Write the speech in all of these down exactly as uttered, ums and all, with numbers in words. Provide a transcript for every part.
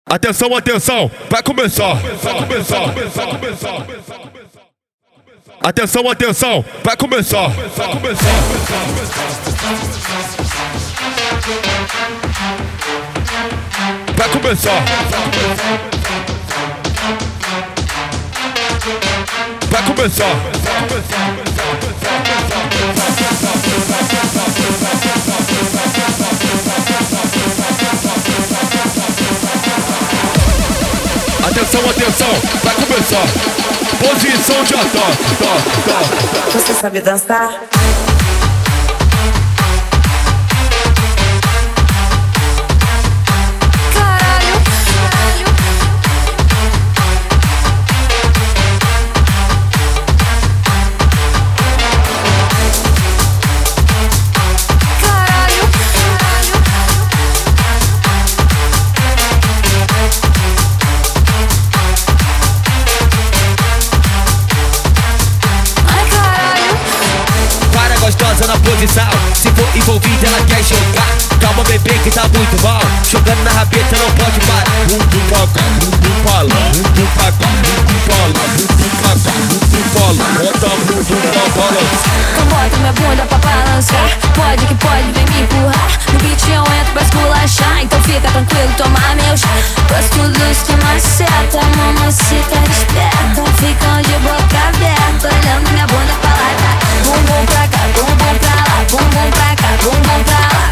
Atenção, atenção, vai começar, vai começar, vai começar. Atenção, atenção, vai começar, vai começar. Vai começar. Vai começar. Atenção, atenção, vai começar. Posição de ataque. Você sabe dançar? Gostosa na posição, se for envolvida ela quer jogar. Calma bebê que tá muito mal, jogando na rabeta não pode parar. Bum bum pra cá, bum bum pra lá, bum bum pra cá, bum bum pra lá, bum bum pra cá, bum bum pra lá. Bota bum bum pra balançar. Então bota minha bunda pra balançar. Pode que pode, vem me empurrar. No beat eu entro pra esculachar. Então fica tranquilo, toma meu chá. Gosto dos que maceta, mamacita esperta. Ficam de boca aberta, olhando minha bunda pra lá e cá. Bum bum pra cá, bum bum pra lá, bum bum pra cá, bum bum pra lá.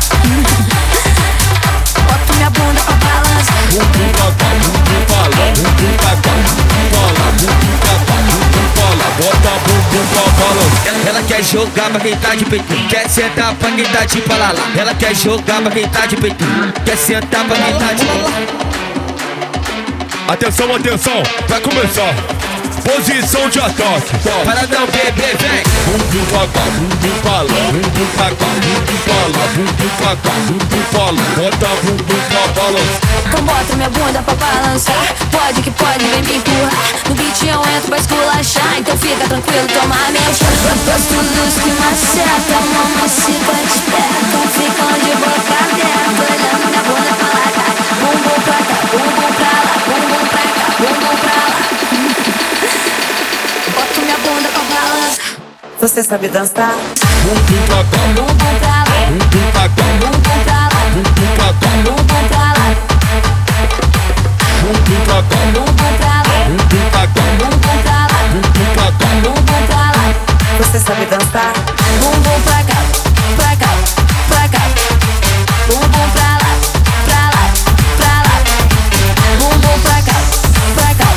Boto minha bunda pra balançar. Bum bum pra cá, bum bum pra lá, bum bum pra cá, bum bum pra lá, bum bum pra cá, bum bum pra lá. Bota bum bum pra balançar. Ela quer jogar pra quem tá de peito, quer sentar pra quem tá de palalá. Ela quer jogar pra quem tá de peito, quer sentar pra quem tá de palalá. Atenção, atenção, vai começar. Posição de ataque. Paradão, bebê, vem. Bum bum pra cá, bum bum pra lá, bum bum pra cá, bum bum pra lá, bum bum pra cá, bum bum pra lá. Bota bum bum pra balançar. Então bota minha bunda pra balançar. Pode que pode, vem me empurrar. No beat eu entro pra esculachar. Então fica tranquilo, toma meu chá. Gosto dos que maceta, mamacita esperta. Ficam de boca aberta, olhando minha bunda pra lá e cá. Bum bum pra cá, bum bum pra lá, bum bum pra cá, bum bum pra lá. Boto minha bunda pra balançar. Você sabe dançar? Bum bum pra cá, Bum bum pra lá, bum bum pra cá, bum bum pra lá, bum bum pra cá, bum bum pra lá, bum bum pra cá, bum bum pra lá, bum bum pra cá, bum bum pra lá, bum bum pra cá. bum bum pra lá. Você sabe dançar? Bum bum pra cá, pra cá, pra cá. Bum bum pra lá, pra lá, pra lá. Bum bum pra cá, pra cá.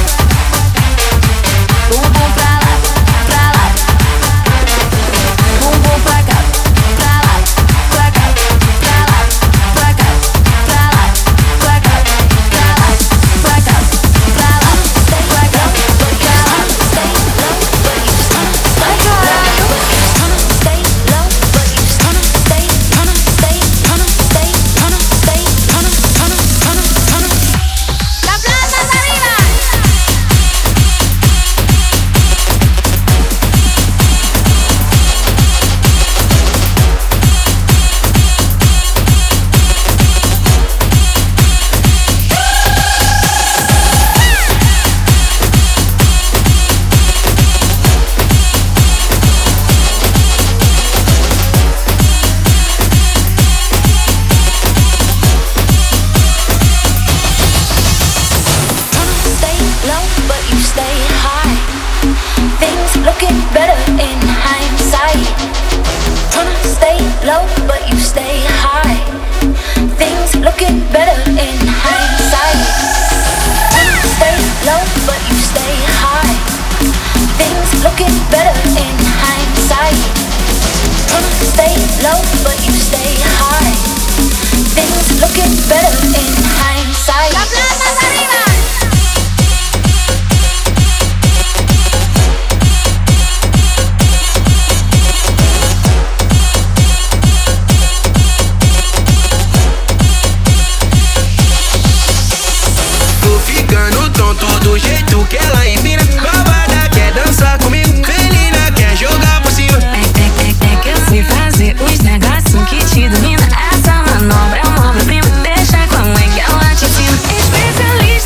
Bum bum pra lá, pra lá. Bum bum pra cá, pra lá, pra cá, pra lá, pra cá, pra lá, pra cá, pra lá, pra cá, pra lá, pra cá, pra lá. Ai caralho. Stay low, but you stay, stay, stay, stay, stay, La Plaza Marina. Stay low, but you stay high. Things looking better in hindsight. Tryna stay low, but you stay high. Things looking better in hindsight. Tryna stay low, but you stay high. Things looking better in hindsight. Tryna stay low, but you stay high. Things looking better in hindsight. La Plaza Marina. Tô ficando tonto do jeito que ela empina. Babada quer dançar comigo, menina quer jogar por cima. É, é, é, é que eu sei fazer os negócios que te domina. Essa manobra é uma obra-prima. Deixa com a mãe que ela te ensina. Especialista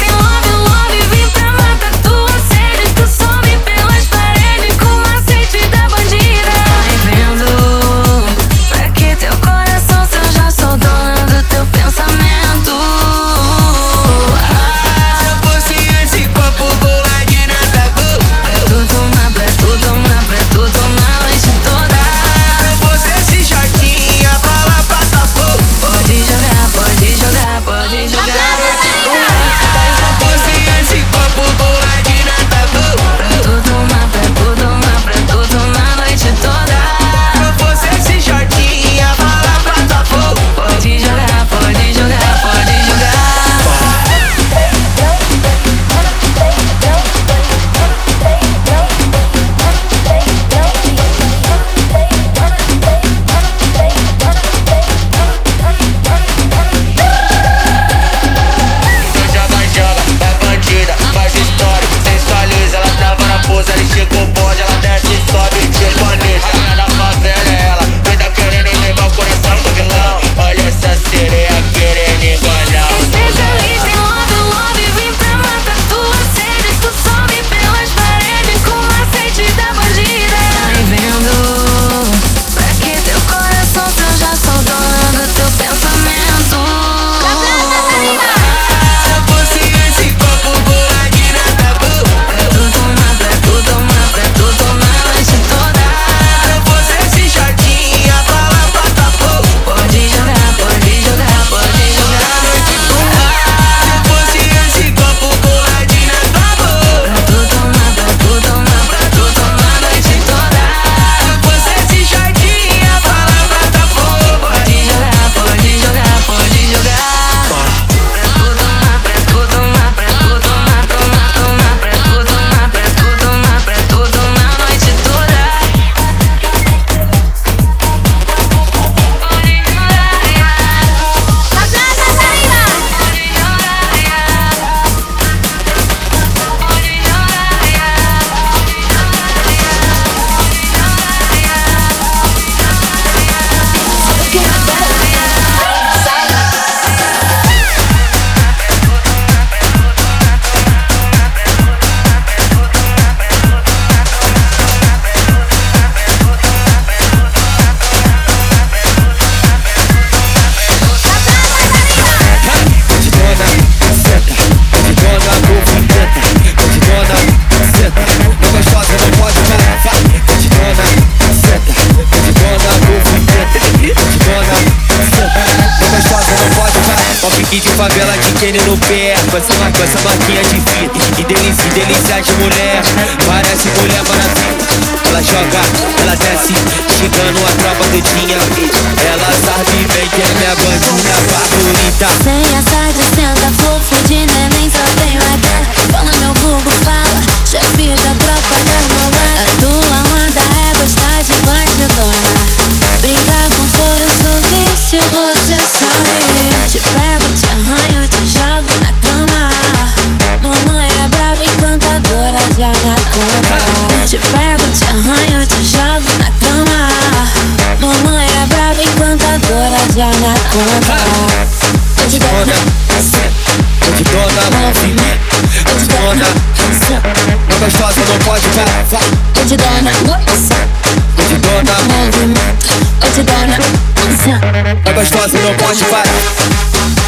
biquíni no pé, com essa, ma- com essa marquinha de fita. Que delícia, delícia de mulher, parece mulher maravilha. Ela joga, ela desce, chegando a tropa todinha. Ela sabe bem que é minha bandida favorita. Sem essa de senta, fofo de neném, só tem matéria. Fala meu vulgo, fala, chefe da tropa da malvada. A tua onda é gostar de bandidona. Brincar com fogo, sou vício, você sabe. Te pego, te arranho, te jogo na cama. Mamãe é brava, encantadora, já na conta. Te pego, te arranho, te jogo na cama. Mamãe é brava, encantadora, já na conta. Eu te dou na, eu te dou na movimento. Eu te dou na, não gostosa não pode parar. Eu te dou na moça, Eu te dou na, movimento. Eu te dou na moça. não gostosa não pode parar.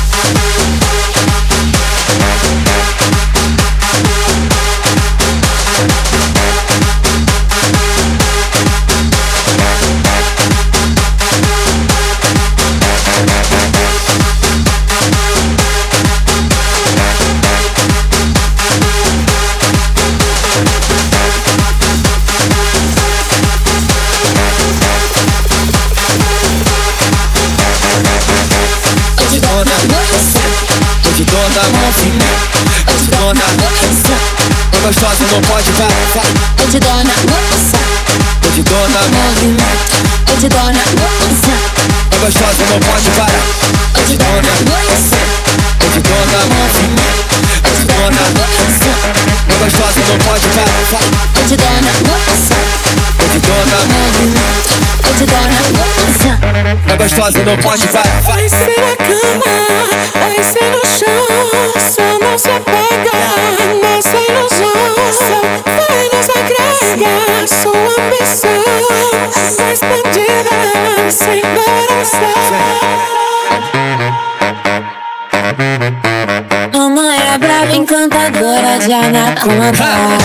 Eu te dou na movimento. Eu te dou na, não gostosa não pode parar. Eu te dou na moça, Eu te dou na, movimento. Eu te dou na moça, não gostosa não pode parar. eu te dou na moça, Eu te dou na movimento. Eu te dou na, moça. não gostosa não pode parar. Eu te dou na moça, Eu te dou na, movimento. Eu te dou na moça. não gostosa não pode parar. Vai ser na cama, vai ser no chão. Só não se apega nessa ilusão. Só vai nos agregar sua ambição. Mais bandida, sem coração. Mamãe é brava, encantadora, já na conta.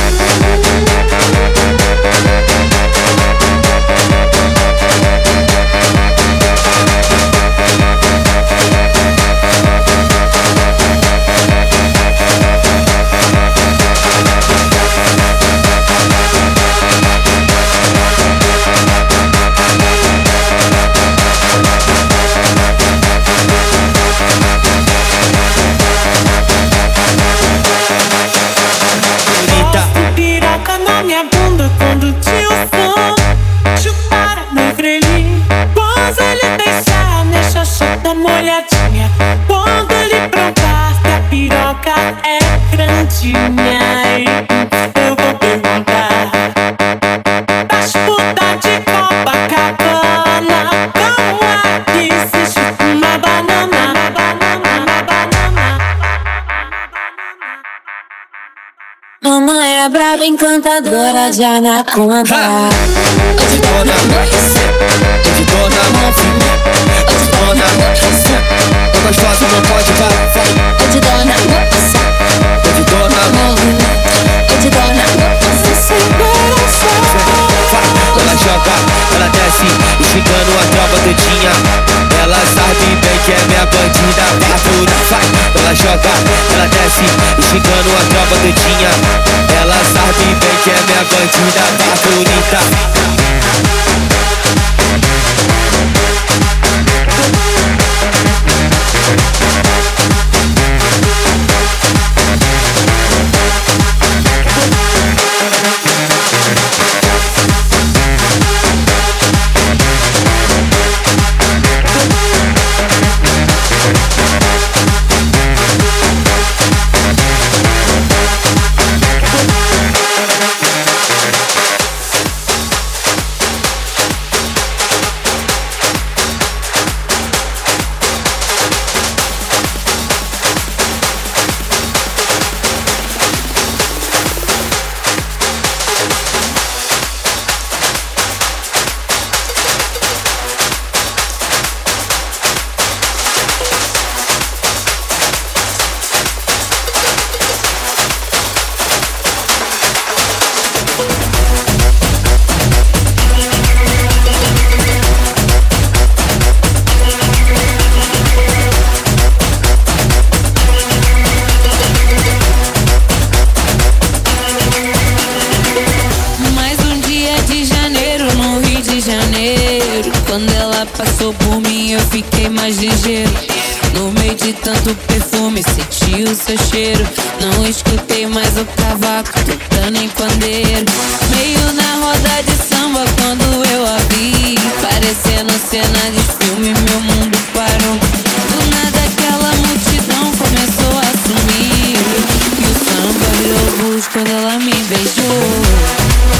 Piroca na minha bunda quando tio som. Chupar no grelhinho. Quando ele deixar minha xoxota molhadinha. Quando ele provar que a piroca é grandinha. Aí eu vou perguntar pras putas de Copacabana como é que se chupa uma banana. Mamãe é brava, encantadora, já na conta. Eu te dou na, eu te dou na movimento. Eu te dou na, não gostosa não pode parar. Eu te dou na moça, Eu te dou na, movimento. Eu te dou na moça, sem coração. ela joga, ela desce, chegando a tropa todinha. Ela sabe bem que é minha bandida favorita. Ela joga, ela desce, chegando a tropa todinha. Ela sabe bem que é minha bandida favorita. passou por mim, eu fiquei mais ligeiro. No meio de tanto perfume, senti o seu cheiro. Não escutei mais o cavaco tocando em pandeiro. Meio na roda de samba quando eu a vi, parecendo cena de filme, meu mundo parou. Do nada aquela multidão começou a sumir, e o samba virou blues quando ela me beijou.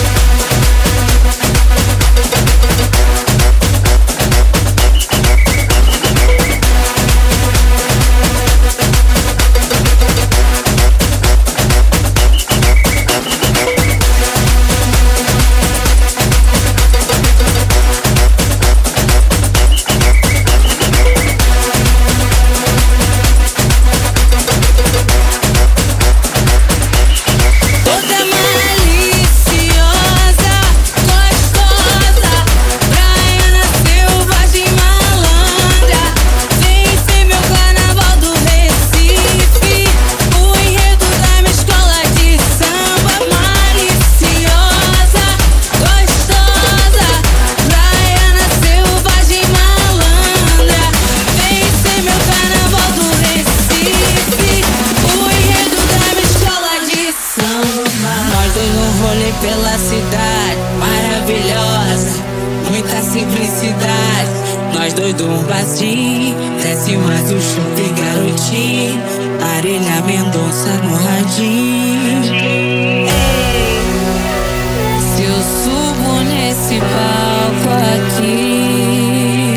Pela cidade maravilhosa, muita simplicidade. Nós dois do barzinho, desce mais o chupe garotinho, Marília Mendonça no radinho. Ei, se eu subo nesse palco aqui,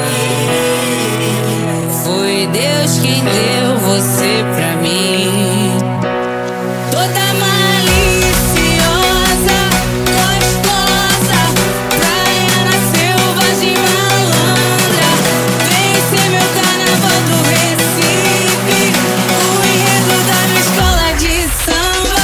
foi Deus quem deu você pra mim. Samba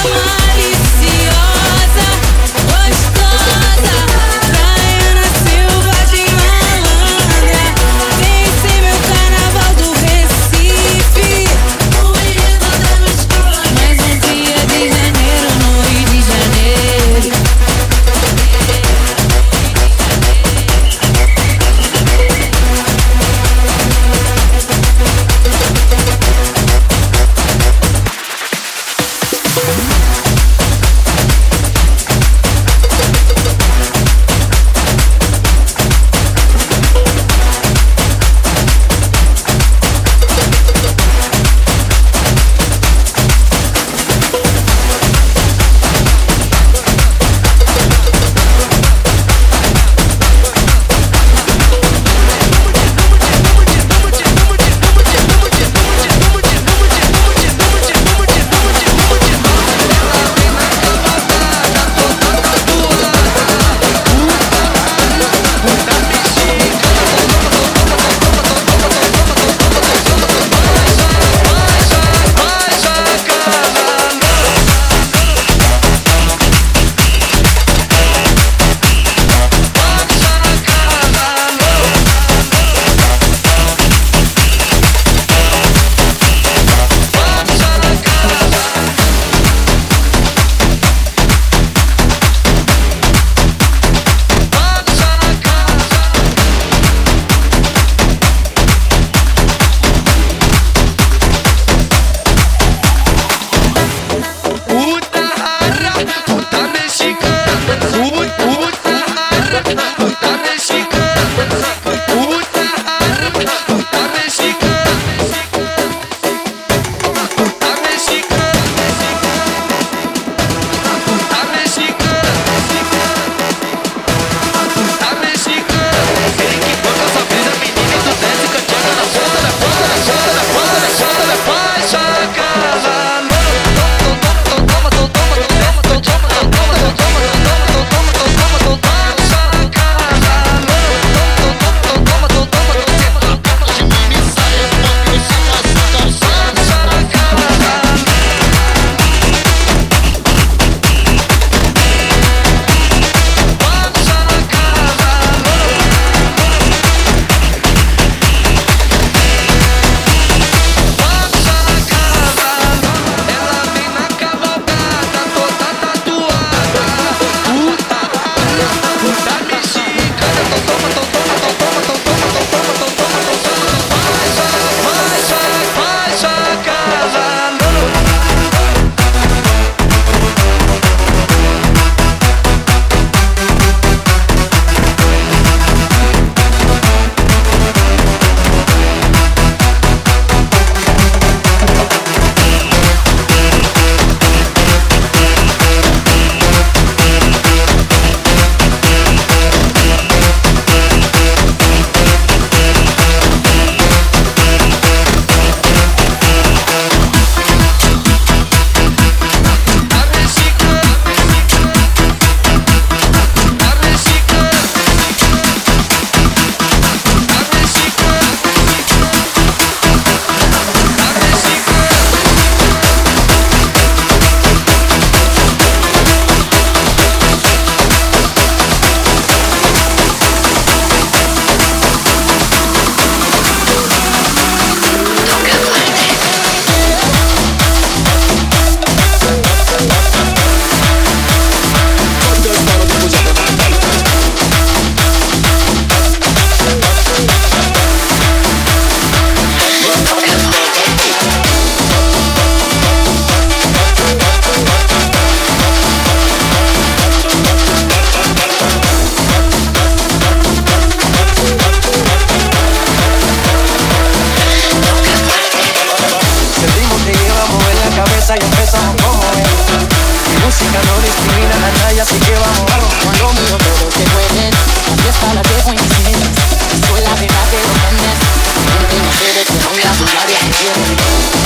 mujeres son como él. Mi música no discrimina a nadie, así que vamos, vamos. Con lo mío todos se pueden. La fiesta la dejo en cien. Soy la verdad de los grandes. Gente no se ve como la bailaria que quiere.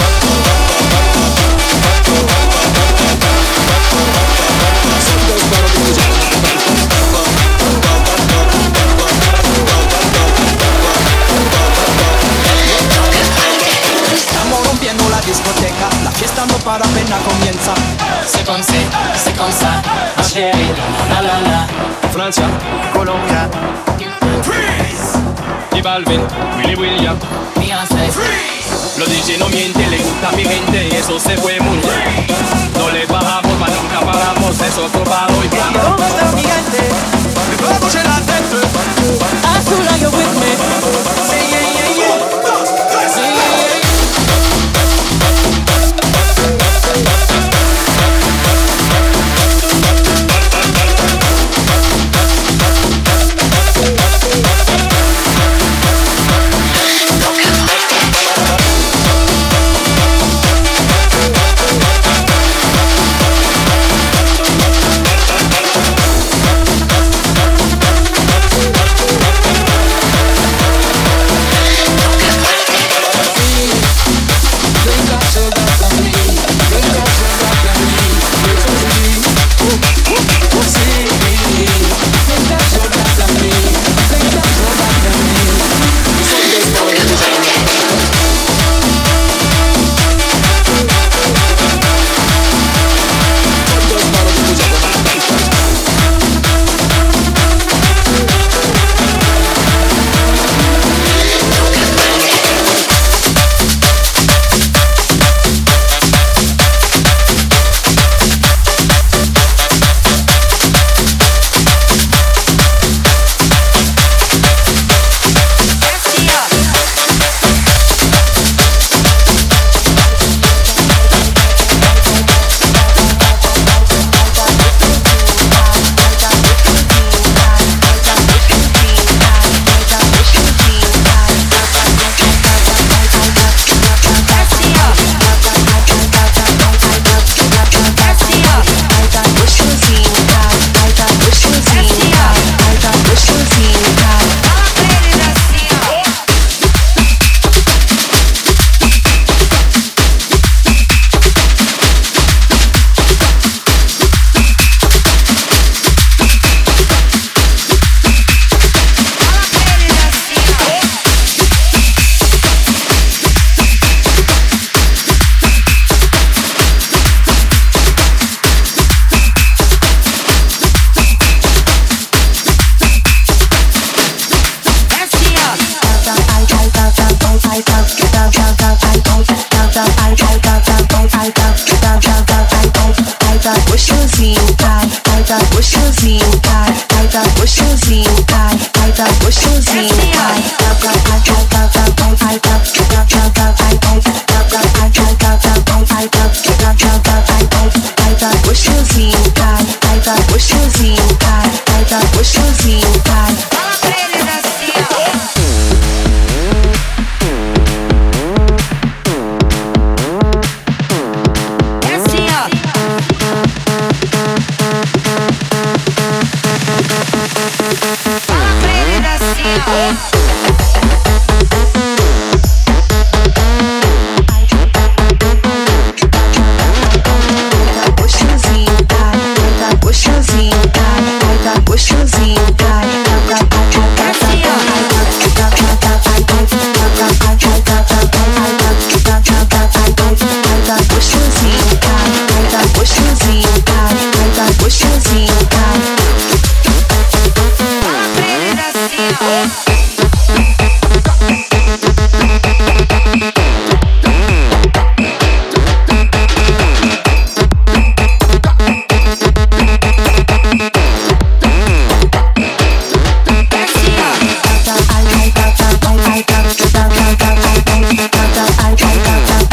Estamos rompiendo la discoteca, la fiesta no para, apenas comienza. C'est comme c'est, c'est comme ça, ma chérie, la la la. Francia, Colombia, Freeze. Y Balvin, Willy William, Beyoncé, los D J no mienten, le gusta a mi gente y eso se fue muy bien. No le bajamos, mas nunca paramos, eso es probado y plano. ¿dónde está mi gente? Me puedo coger la tête. I feel like you're with me. Say yeah, yeah, yeah. Say yeah, yeah.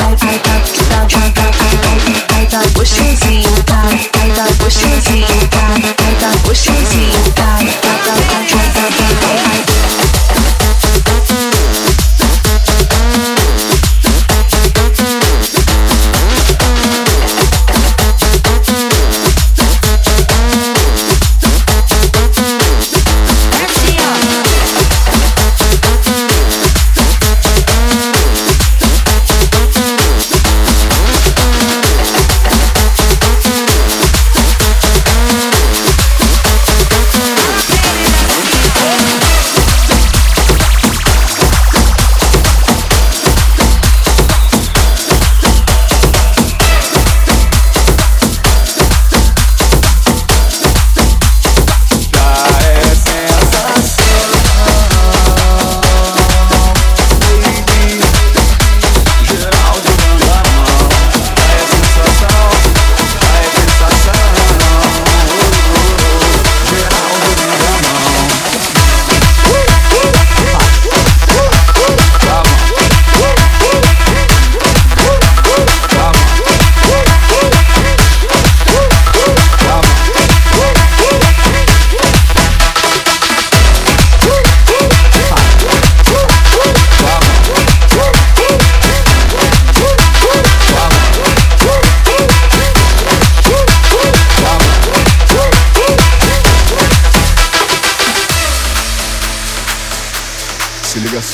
Gostosinho, tá? Ai, tá gostosinho, tá?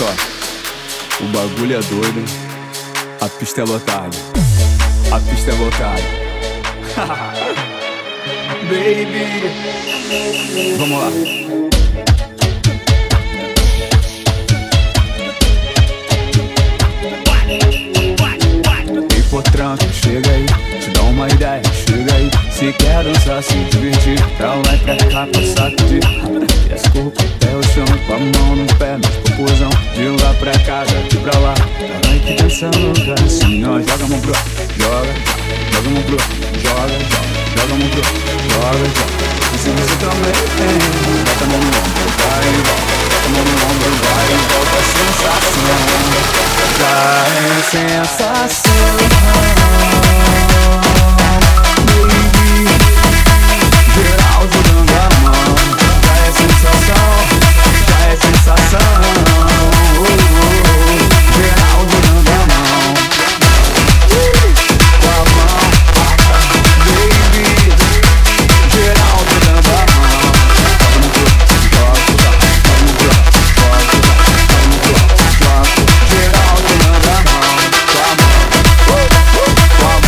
só, o bagulho é doido, hein? A pista é lotada, a pista é lotada. Baby, vamos lá. Ei, potranca, chega aí, te dá uma ideia, chega aí. Se quer dançar, se divertir, pra lá e pra cá, pra sacudir. Desce corpo até o chão, com a mão no pé, meus popozão. De lá pra cá, daqui pra lá. Vai que dançando assim, ó. Joga a mão pro, joga, joga a mão pro, joga, joga. Joga a mão pro, joga, joga. E se você também tem, bota a mão no ombro, vai e volta. Bota a mão no ombro, vai e volta. Sensação, já é sensação. Geral jogando a mão, já é sensação, já é sensação. Oh, oh, oh. Geral jogando a mão, com a mão, baby. Geral jogando a mão, geral jogando a mão, com a mão, com a mão.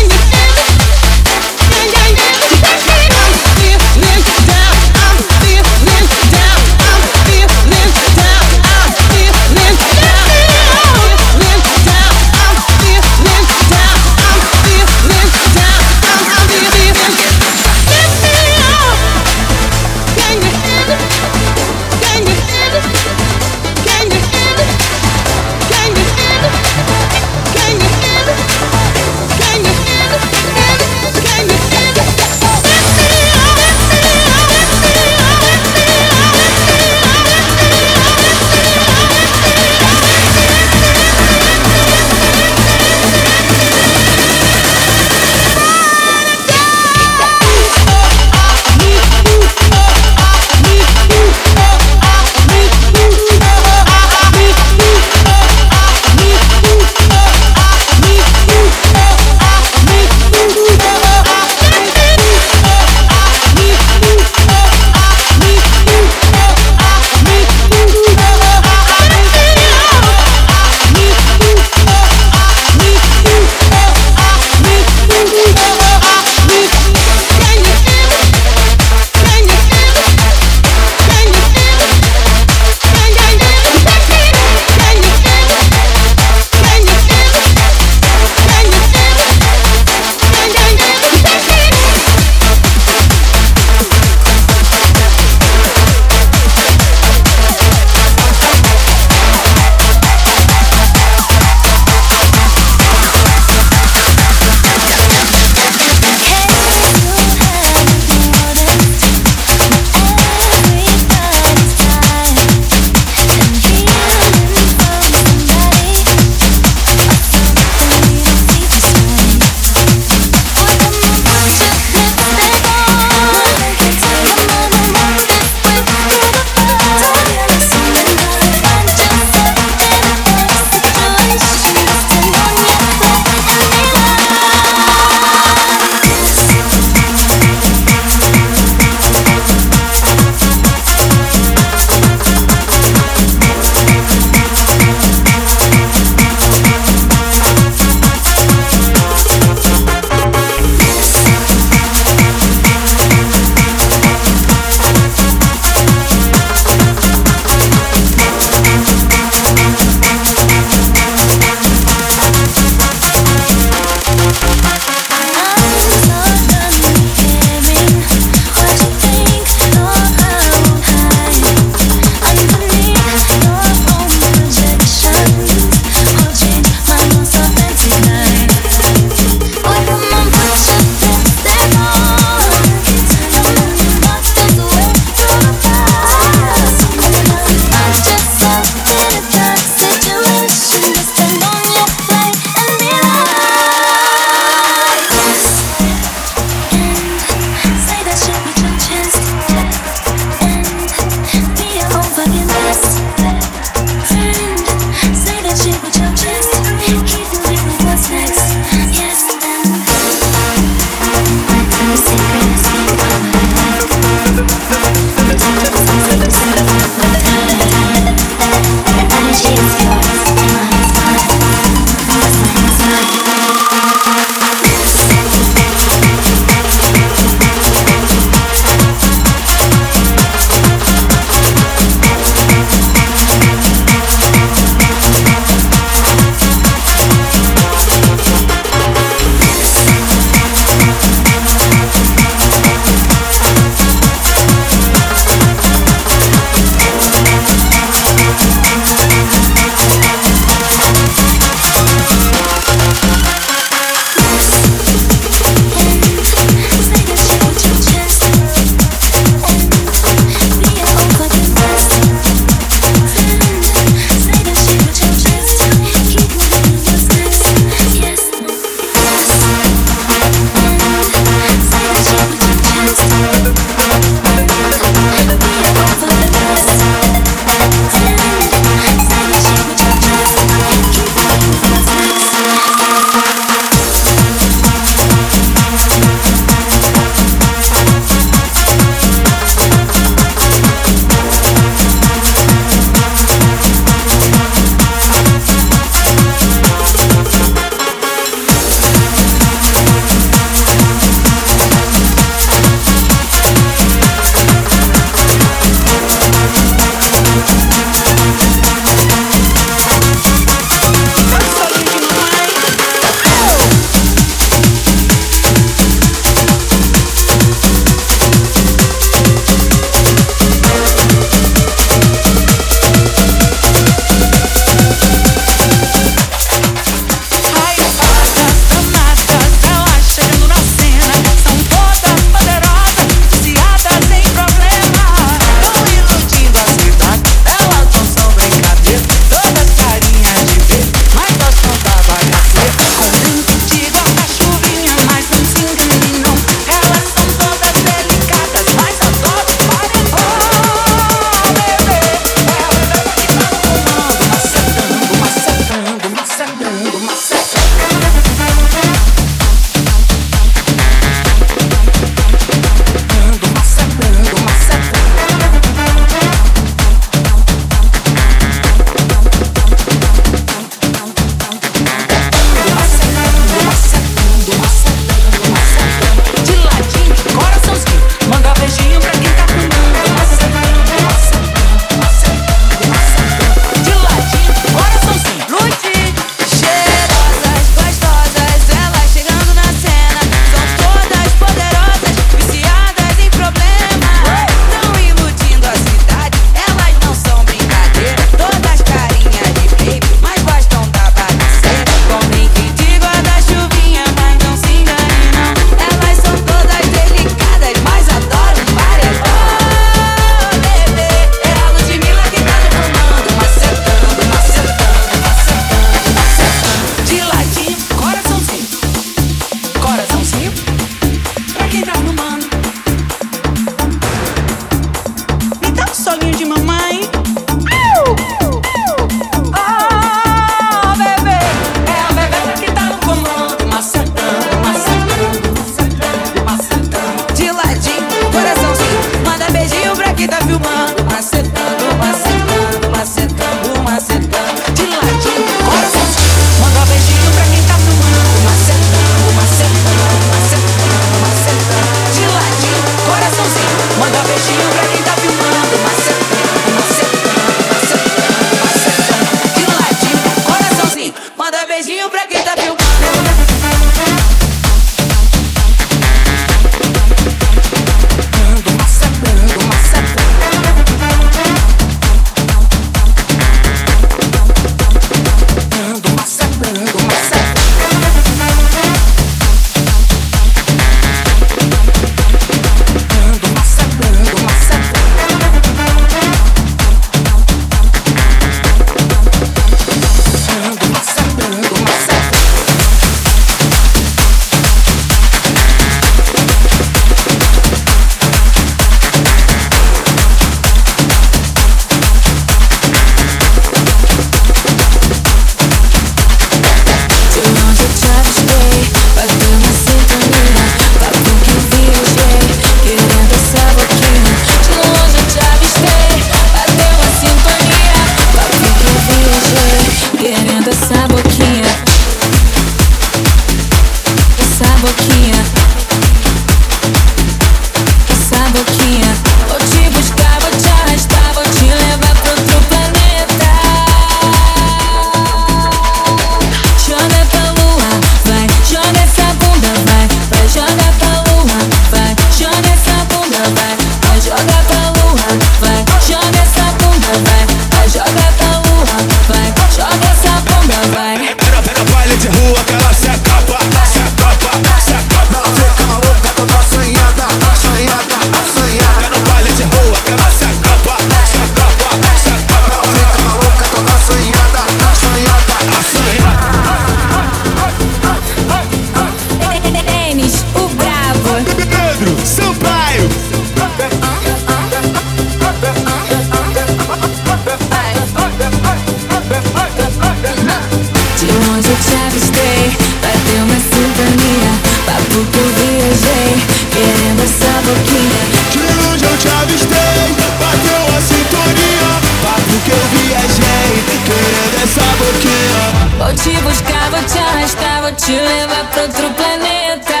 te levar pra outro planeta.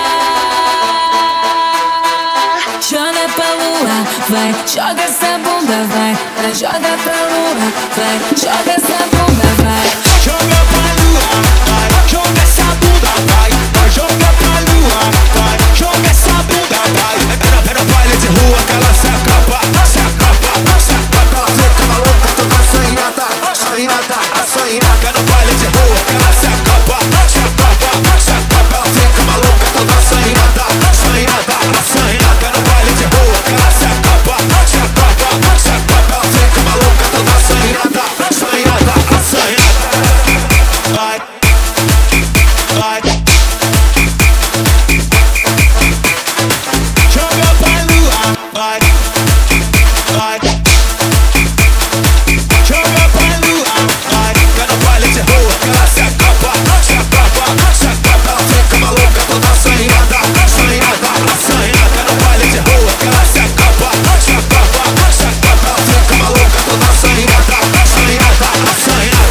Joga pra lua, vai, joga essa bunda, vai, vai, joga pra lua, vai, joga essa bunda, vai. Joga pra lua, vai, joga essa bunda, vai, vai, joga pra lua, vai, joga essa bunda, vai. Era, era baile de rua que ela se acaba, se acaba, se acaba. Fica maluca, toda sonhada, sonhada, sonhada. Era baile de rua que ela se acaba, se acaba, se acaba. Fica maluca, toda sonhada, sonhada, sonhada. Era baile de rua que ela se acaba, se acaba, se acaba. Fica maluca, toda sonhada, sonhada, sonhada. Vai, vai. Joga pra lua, vai, vai. Joga pra lua, vai. Cada baile de rua que ela se acaba, se acaba, se acaba. Fica maluca, toda sonhada, sonhada, sonhada. Cada baile de rua que ela se acaba, se acaba, se acaba. Fica maluca, toda sonhada, sonhada, sonhada.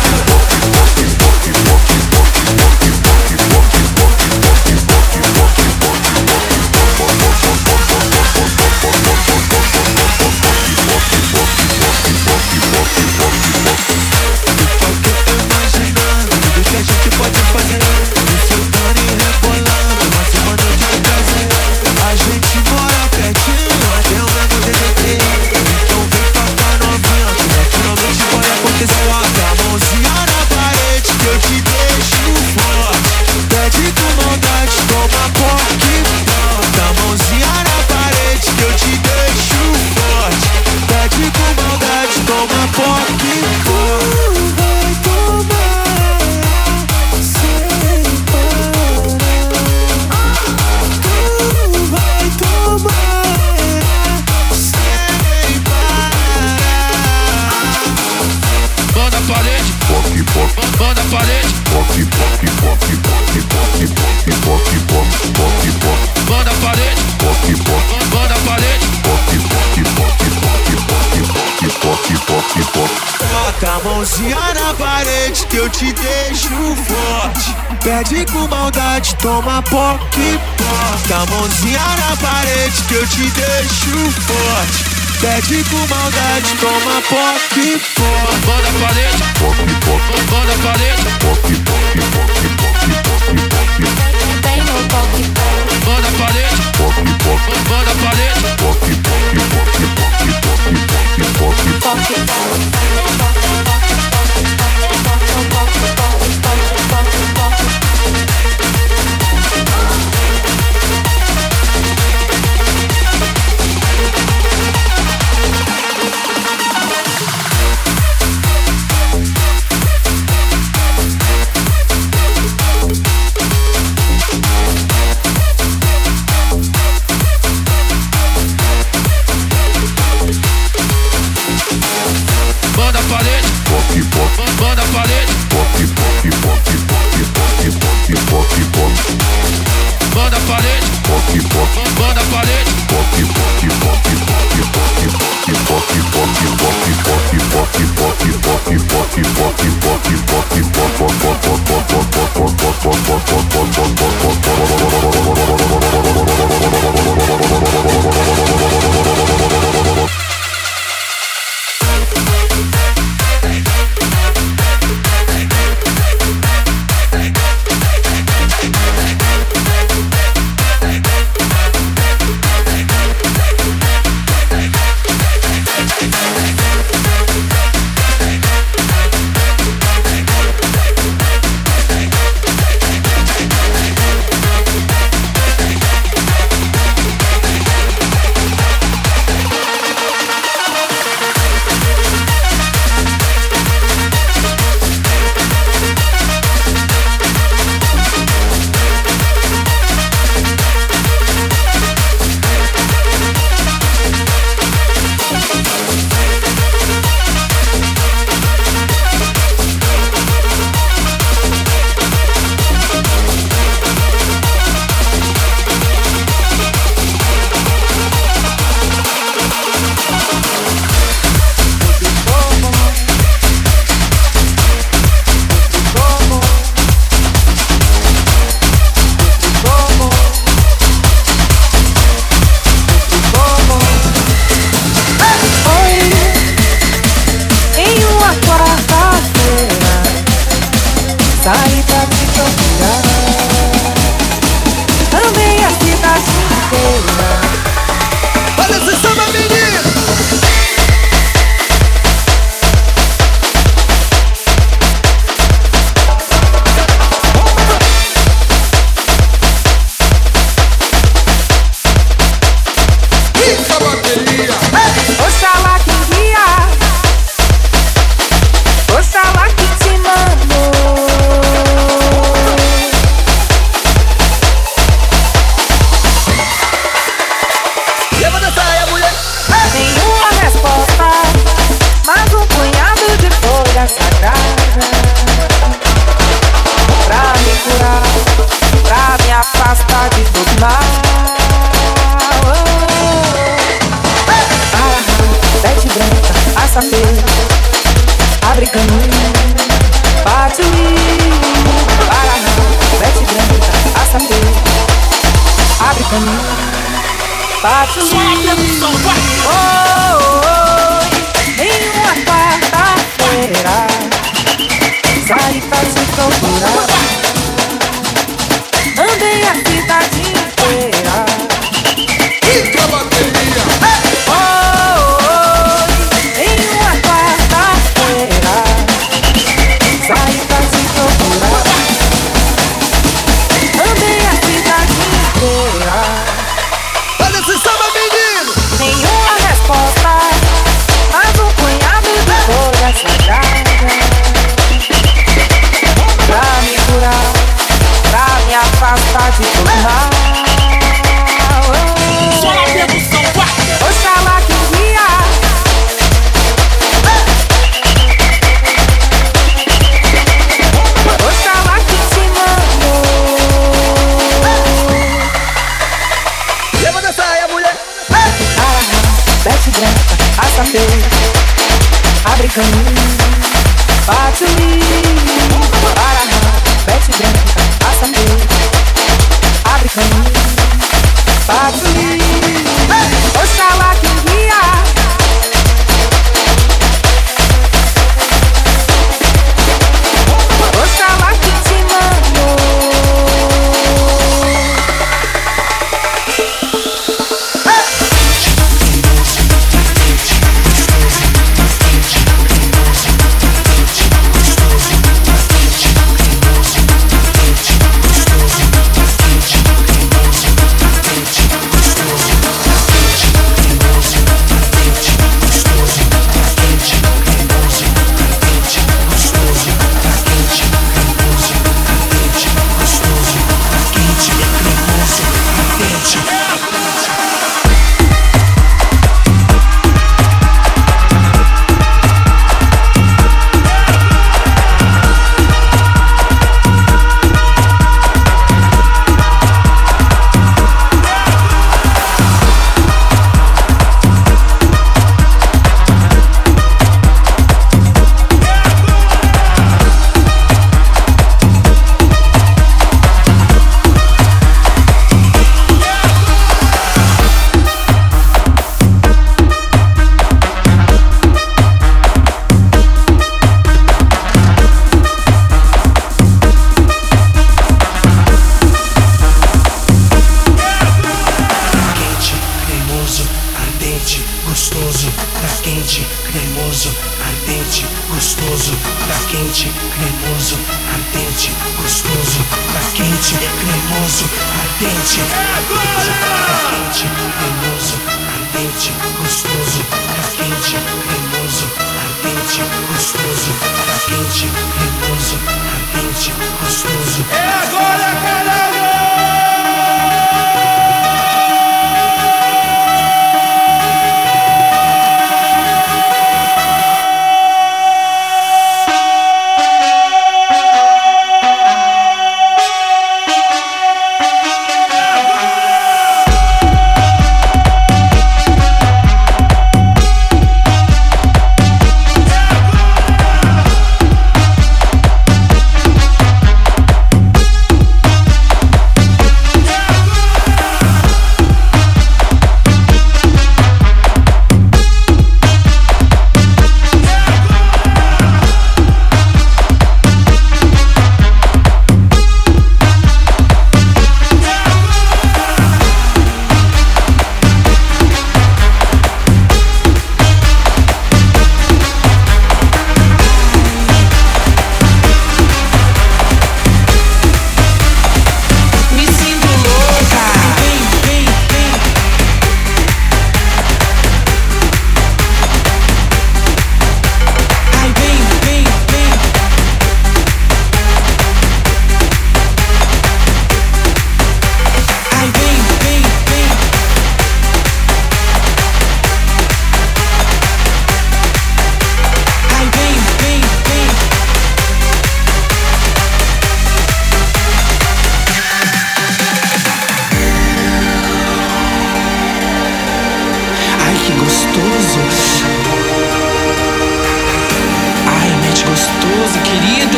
Bota a mãozinha na parede que eu te deixo forte. Pede com maldade, toma poque. Bota a mãozinha na parede que eu te deixo forte. Pede com maldade, toma poque. Mão na parede, mão na parede. Vem no poque, Mão na parede, mão na parede. poque, safeira, abre caminho, bate o Paraná, veste branca, a safeira, abre caminho, bate o oh, oh, oh, em uma quarta-feira, sai pra te procurar, andei a cidade inteira. Fica a bateria! Oh, oh, em uma quarta-feira, saí pra te procurar, andei a cidade inteira. Olha esse samba, menino! Nenhuma resposta, mas um punhado de folhas sagradas pra me curar, pra me afastar de todo mal. Oxalá que um dia Oxalá que te mandou. Leva dessa aí, mulher! Arahá, veste branca, a safeira, abre caminho, bate o livro. Arahá, veste branca, a safeira, abre caminho, bate o livro. Oxalá que um dia Oxalá que te mandou.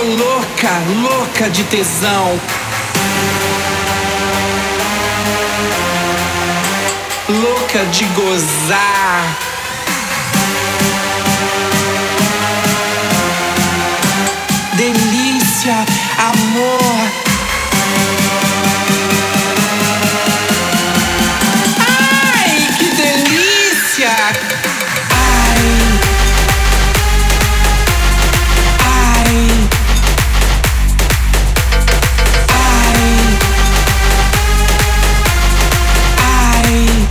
louca, louca de tesão. Louca de gozar. Delícia, amor. Ai, que delícia. Ai. Ai. Ai. Ai.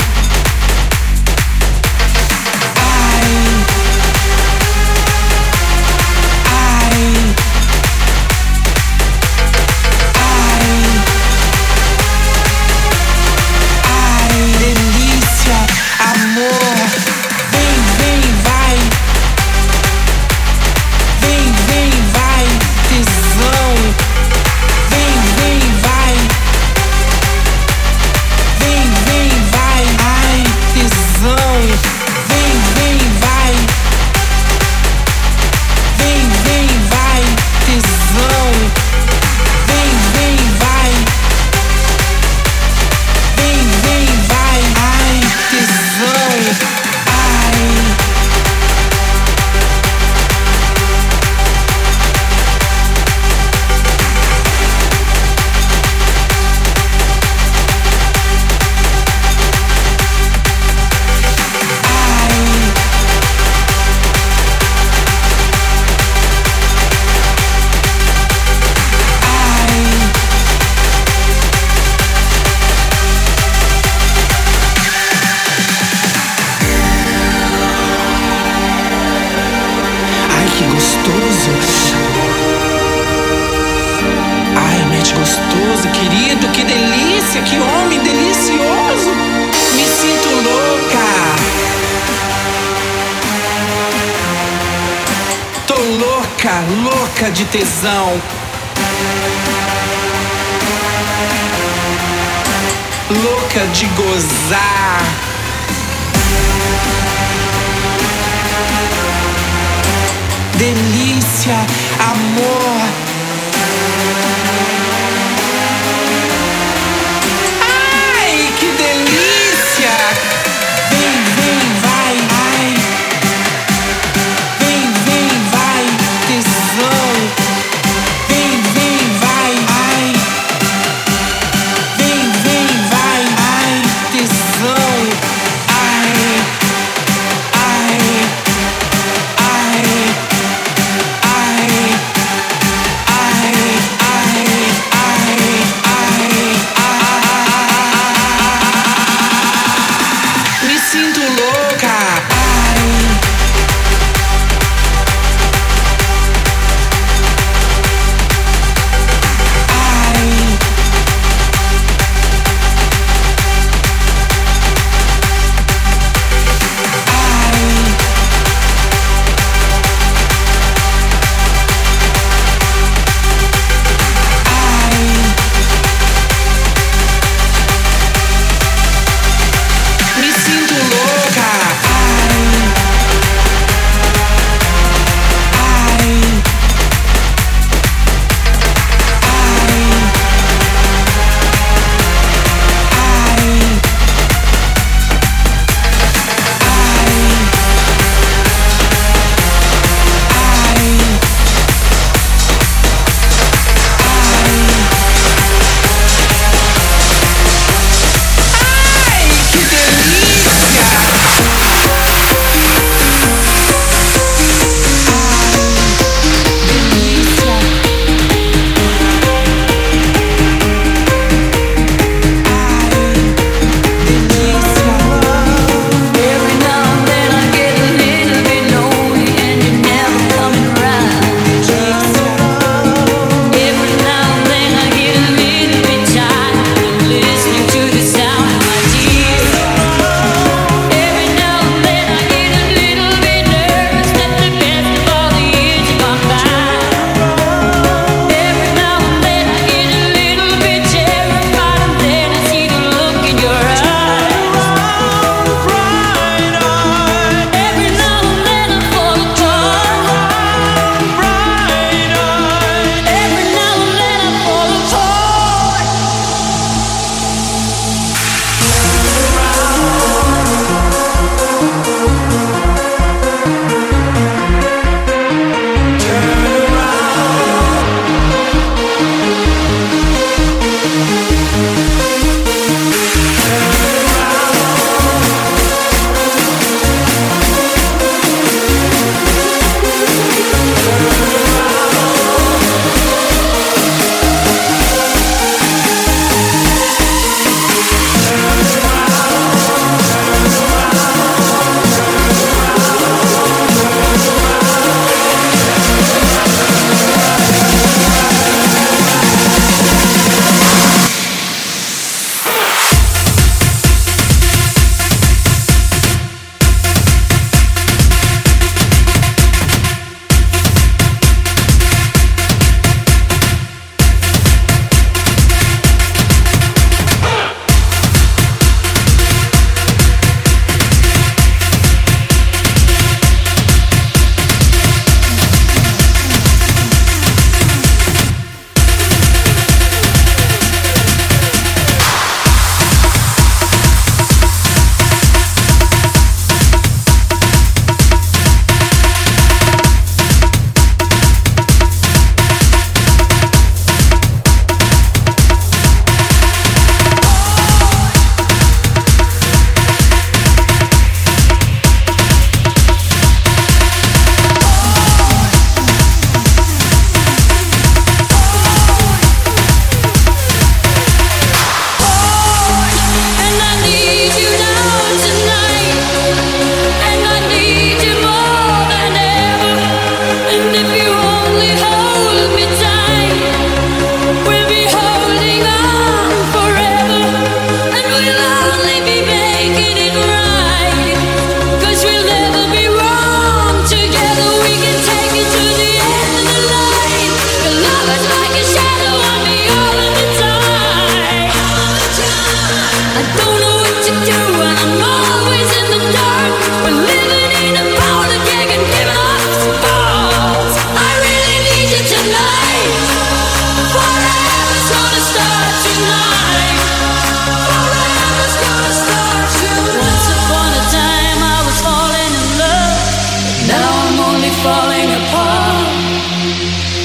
Gostoso, querido, que delícia, que homem delicioso. Me sinto louca. Tô louca, louca de tesão. Louca de gozar. Delícia, amor.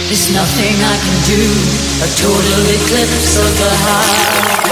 There's nothing I can do. A total eclipse of the heart.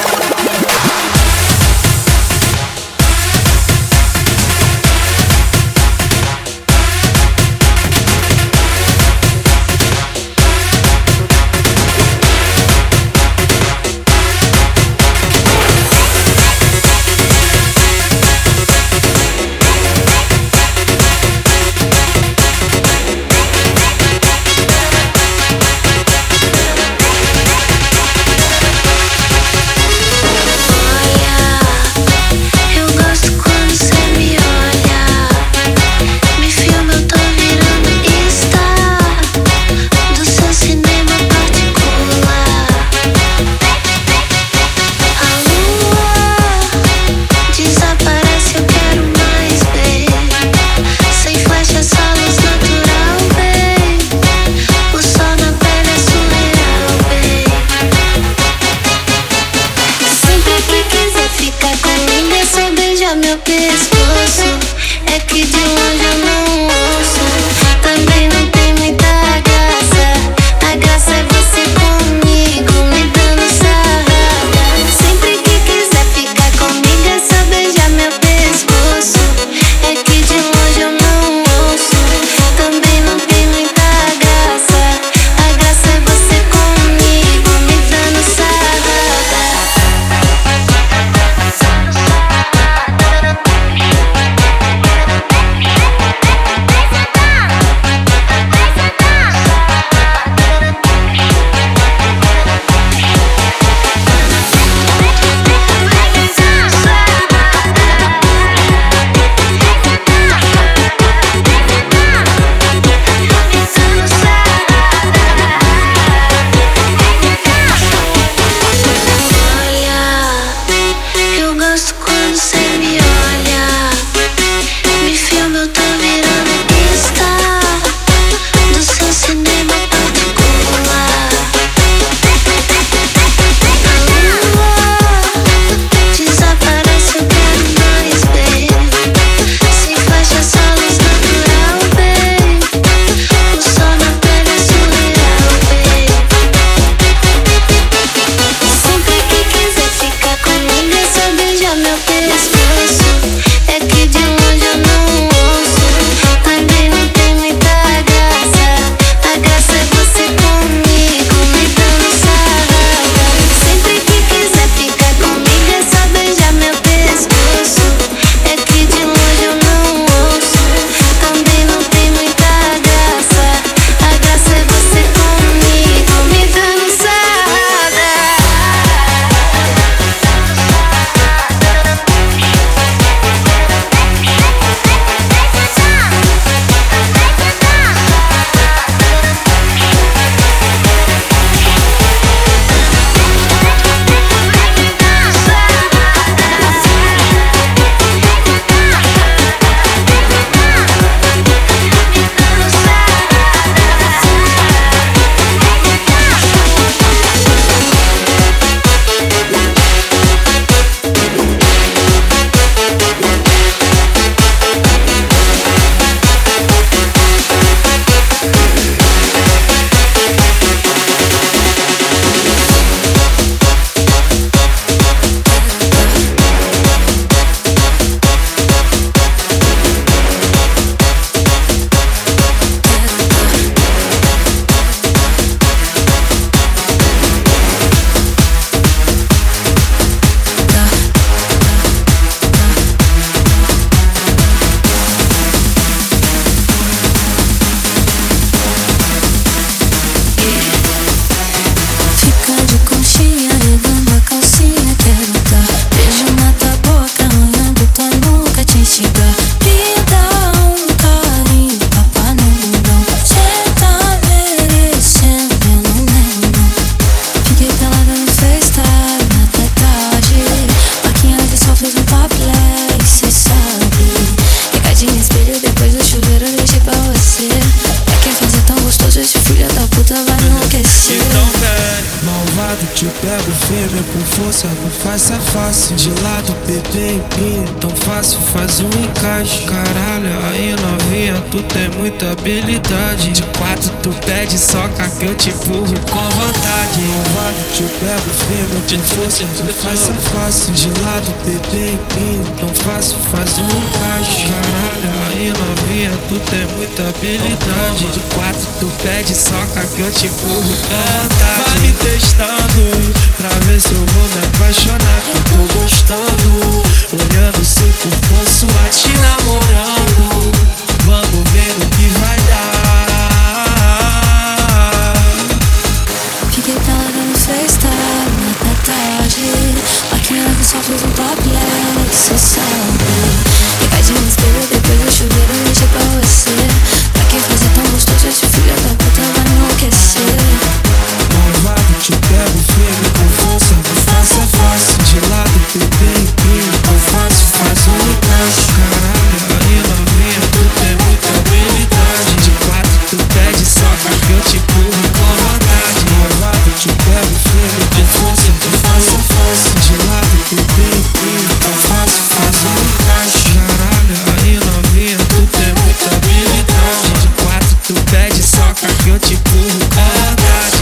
Malvado, te pego firme com força, não face a face. De lado, bebê empina, tão fácil, faz um encaixe. Caralho, aí novinha, tu tem muita habilidade. De quatro, tu pede soca que eu te empurro com vontade. Malvado, te pego firme com força, não face a face. De lado, bebê empina, tão fácil, faz um encaixe. Caralho, aí novinha, tu tem muita habilidade. De quatro, tu pede soca que eu te empurro com vontade. Vai me testando, pra ver se eu vou me apaixonar. Que eu tô gostando, olhando seu corpo suave, te namorando. Vamos ver o que vai dar. Fiquei pelada no FaceTime até tarde, maquiando só fiz um topless, cê sabe. E vai de um espelho, depois do chuveiro, deixa pra você. Pra que fazer tão gostoso, esse filho da puta vai me enlouquecer. Malvado, te pego firme com força, não face a face. De lado, bebê empina, tão fácil, faz um encaixe. Caralho, aí novinha, tu tem muita habilidade. De quatro, tu pede soca que eu te empurro com vontade. Malvado, te pego firme com força, não face a face. De lado, bebê empina, tão fácil, faz um encaixe. Caralho, aí novinha, tu tem muita habilidade. De quatro, tu pede soca que eu te empurro com vontade.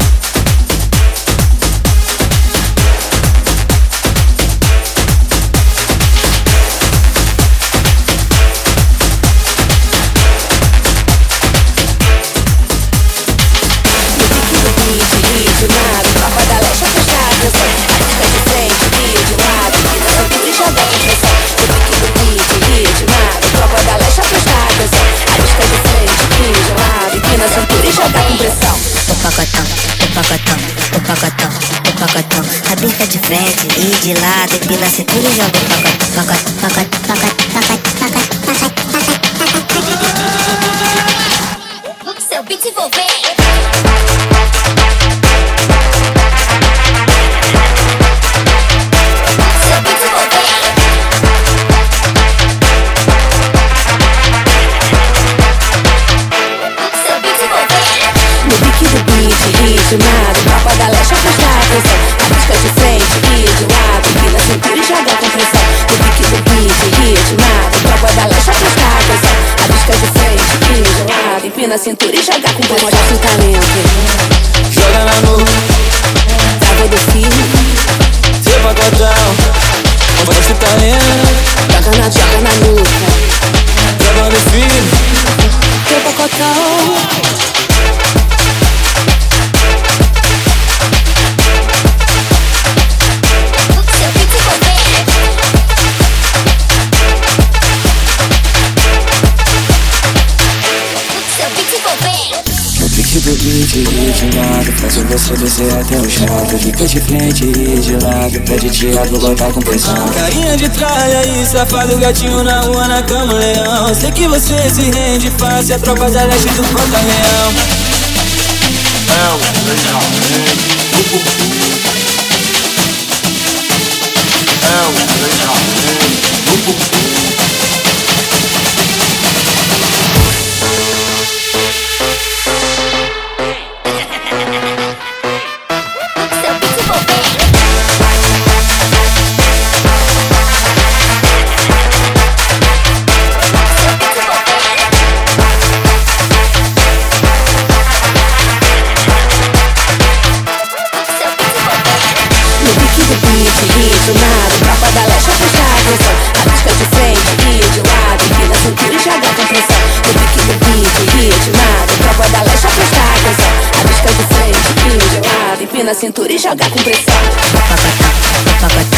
Rabisca de frente e de lado, empina a cintura e joga o pacote, pacote, pacote, pacote, pacote, pacote, pacote, pacote. Seu beat envolvente. Ritmado, tropa da leste presta atenção. Rabisca de frente e de lado, empina a cintura e joga com pressão. No pique do beat, ritmado, tropa da leste presta atenção. Rabisca de frente e de lado, empina a cintura e joga com pressão. Mostra seu talento, joga na nuca, trava do fio, seu pacotão. Mostra seu talento, joga na, joga na nuca, trava do fio, seu pacotão. Do beat e de lado, faço você descer até o chão. Fica de frente e de lado, pede Thiago botar com pressão. Carinha de tralha e safado, gatinho na rua, na cama, leão. Sei que você se rende fácil, a tropa da leste do Cota-Leão. É o legal, é o legal, ritmado, tropa da leste presta atenção. Rabisca de frente e de lado, empina a cintura e joga com pressão. No pique do beat, ritmado, tropa da leste presta atenção. Rabisca de frente e de lado, empina a cintura e joga com pressão.